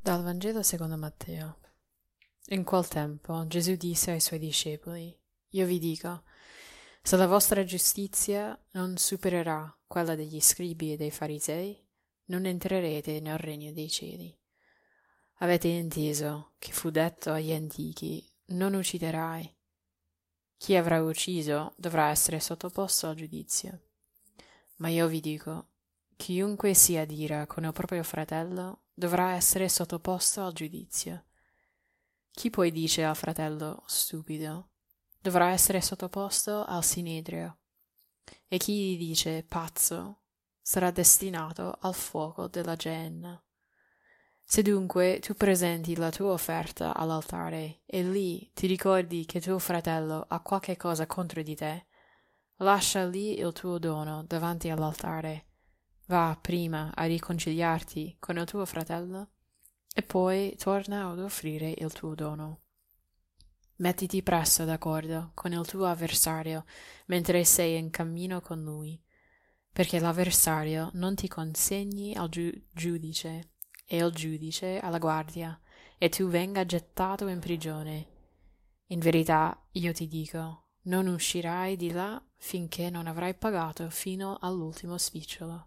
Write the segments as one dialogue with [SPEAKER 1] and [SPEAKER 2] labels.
[SPEAKER 1] Dal Vangelo secondo Matteo. In quel tempo Gesù disse ai suoi discepoli: Io vi dico, se la vostra giustizia non supererà quella degli scribi e dei farisei, non entrerete nel regno dei cieli. Avete inteso che fu detto agli antichi: Non ucciderai. Chi avrà ucciso dovrà essere sottoposto al giudizio. Ma io vi dico, chiunque si adira con il proprio fratello dovrà essere sottoposto al giudizio. Chi poi dice al fratello stupido dovrà essere sottoposto al sinedrio, e chi gli dice pazzo sarà destinato al fuoco della Geenna. Se dunque tu presenti la tua offerta all'altare e lì ti ricordi che tuo fratello ha qualche cosa contro di te, lascia lì il tuo dono davanti all'altare, va prima a riconciliarti con il tuo fratello e poi torna ad offrire il tuo dono. Mettiti presto d'accordo con il tuo avversario mentre sei in cammino con lui, perché l'avversario non ti consegni al giudice e il giudice alla guardia, e tu venga gettato in prigione. In verità, io ti dico, non uscirai di là finché non avrai pagato fino all'ultimo spicciolo.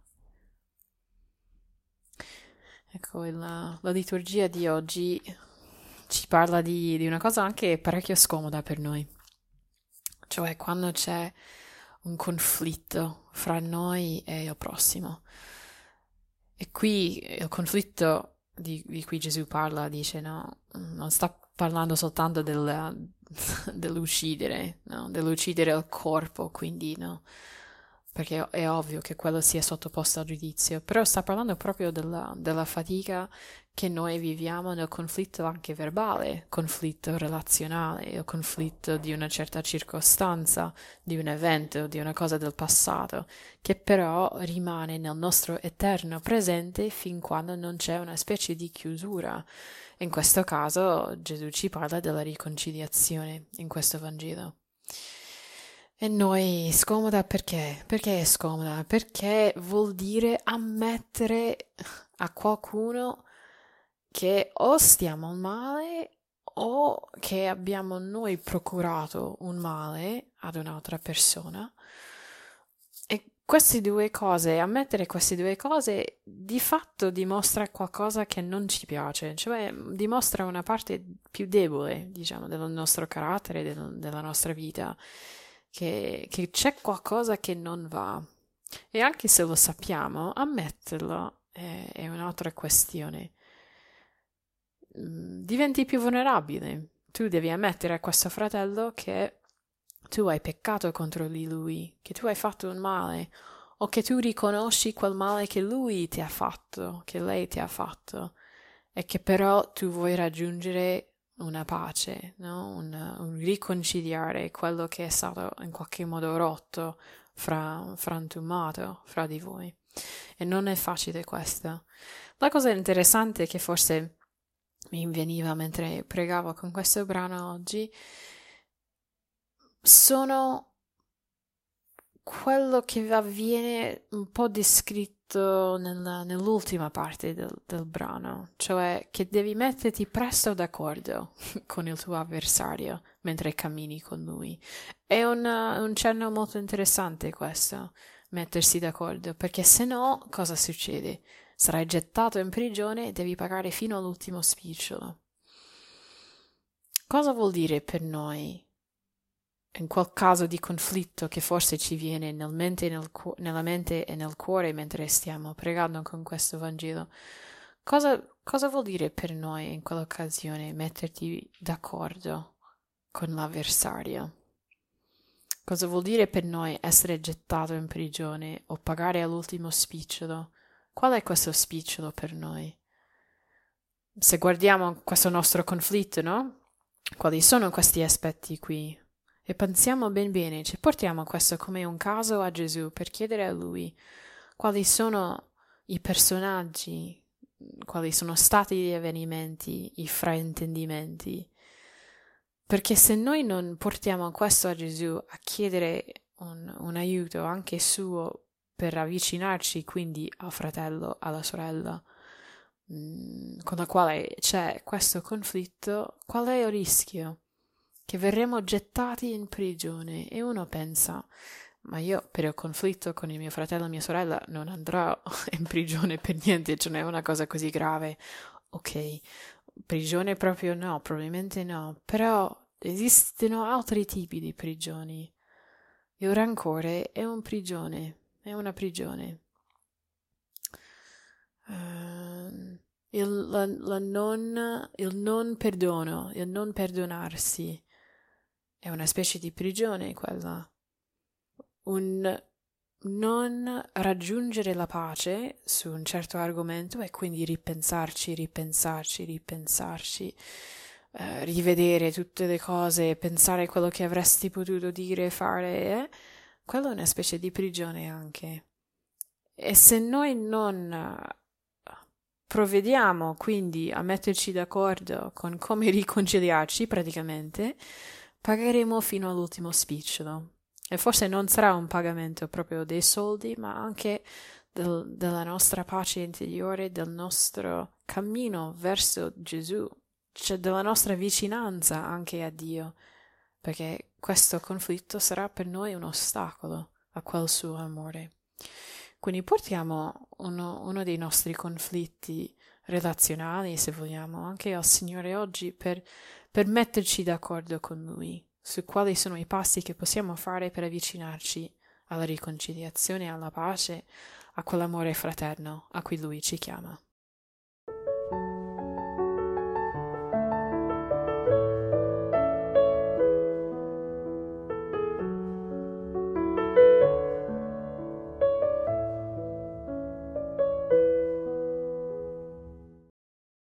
[SPEAKER 1] Ecco, la liturgia di oggi ci parla di una cosa anche parecchio scomoda per noi, cioè quando c'è un conflitto fra noi e il prossimo. E qui il conflitto di cui Gesù parla dice, no, non sta parlando soltanto dell'uccidere, no, dell'uccidere il corpo, quindi no, perché è ovvio che quello sia sottoposto al giudizio, però sta parlando proprio della fatica che noi viviamo nel conflitto anche verbale, conflitto relazionale, il conflitto di una certa circostanza, di un evento, di una cosa del passato, che però rimane nel nostro eterno presente fin quando non c'è una specie di chiusura. In questo caso Gesù ci parla della riconciliazione in questo Vangelo. E noi scomoda perché? Perché è scomoda? Perché vuol dire ammettere a qualcuno che o stiamo male o che abbiamo noi procurato un male ad un'altra persona. E queste due cose, ammettere queste due cose, di fatto dimostra qualcosa che non ci piace, cioè dimostra una parte più debole, diciamo, del nostro carattere, della nostra vita, che c'è qualcosa che non va. E anche se lo sappiamo, ammetterlo è un'altra questione. Diventi più vulnerabile. Tu devi ammettere a questo fratello che tu hai peccato contro di lui, che tu hai fatto un male, o che tu riconosci quel male che lui ti ha fatto, che lei ti ha fatto, e che però tu vuoi raggiungere una pace, no? Un riconciliare quello che è stato in qualche modo rotto, frantumato fra di voi. E non è facile questo. La cosa interessante che forse mi veniva mentre pregavo con questo brano oggi sono quello che avviene un po' descritto nell'ultima parte del brano, cioè che devi metterti presto d'accordo con il tuo avversario mentre cammini con lui. È un cenno molto interessante questo, mettersi d'accordo, perché se no cosa succede? Sarai gettato in prigione e devi pagare fino all'ultimo spicciolo. Cosa vuol dire per noi in quel caso di conflitto che forse ci viene nella mente e nel cuore mentre stiamo pregando con questo Vangelo? Cosa vuol dire per noi in quell'occasione metterti d'accordo con l'avversario? Cosa vuol dire per noi essere gettato in prigione o pagare all'ultimo spicciolo? Qual è questo spicciolo per noi? Se guardiamo questo nostro conflitto, no? Quali sono questi aspetti qui? E pensiamo ben bene, ci portiamo questo come un caso a Gesù per chiedere a Lui quali sono i personaggi, quali sono stati gli avvenimenti, i fraintendimenti. Perché se noi non portiamo questo a Gesù a chiedere un aiuto anche suo per avvicinarci quindi al fratello, alla sorella, con la quale c'è questo conflitto, qual è il rischio? Che verremo gettati in prigione e uno pensa, ma io per il conflitto con il mio fratello e mia sorella non andrò in prigione per niente, cioè non è una cosa così grave. Ok, prigione proprio no, probabilmente no, però esistono altri tipi di prigioni. Il rancore è un prigione, è una prigione. Il non perdono, il non perdonarsi è una specie di prigione quella. Un non raggiungere la pace su un certo argomento e quindi ripensarci, rivedere tutte le cose, pensare a quello che avresti potuto dire e fare, quello è una specie di prigione anche. E se noi non provvediamo quindi a metterci d'accordo con come riconciliarci, praticamente, pagheremo fino all'ultimo spicciolo. E forse non sarà un pagamento proprio dei soldi, ma anche della nostra pace interiore, del nostro cammino verso Gesù, cioè della nostra vicinanza anche a Dio, perché questo conflitto sarà per noi un ostacolo a quel suo amore. Quindi portiamo uno dei nostri conflitti relazionali, se vogliamo, anche al Signore oggi per metterci d'accordo con Lui su quali sono i passi che possiamo fare per avvicinarci alla riconciliazione, alla pace, a quell'amore fraterno a cui Lui ci chiama.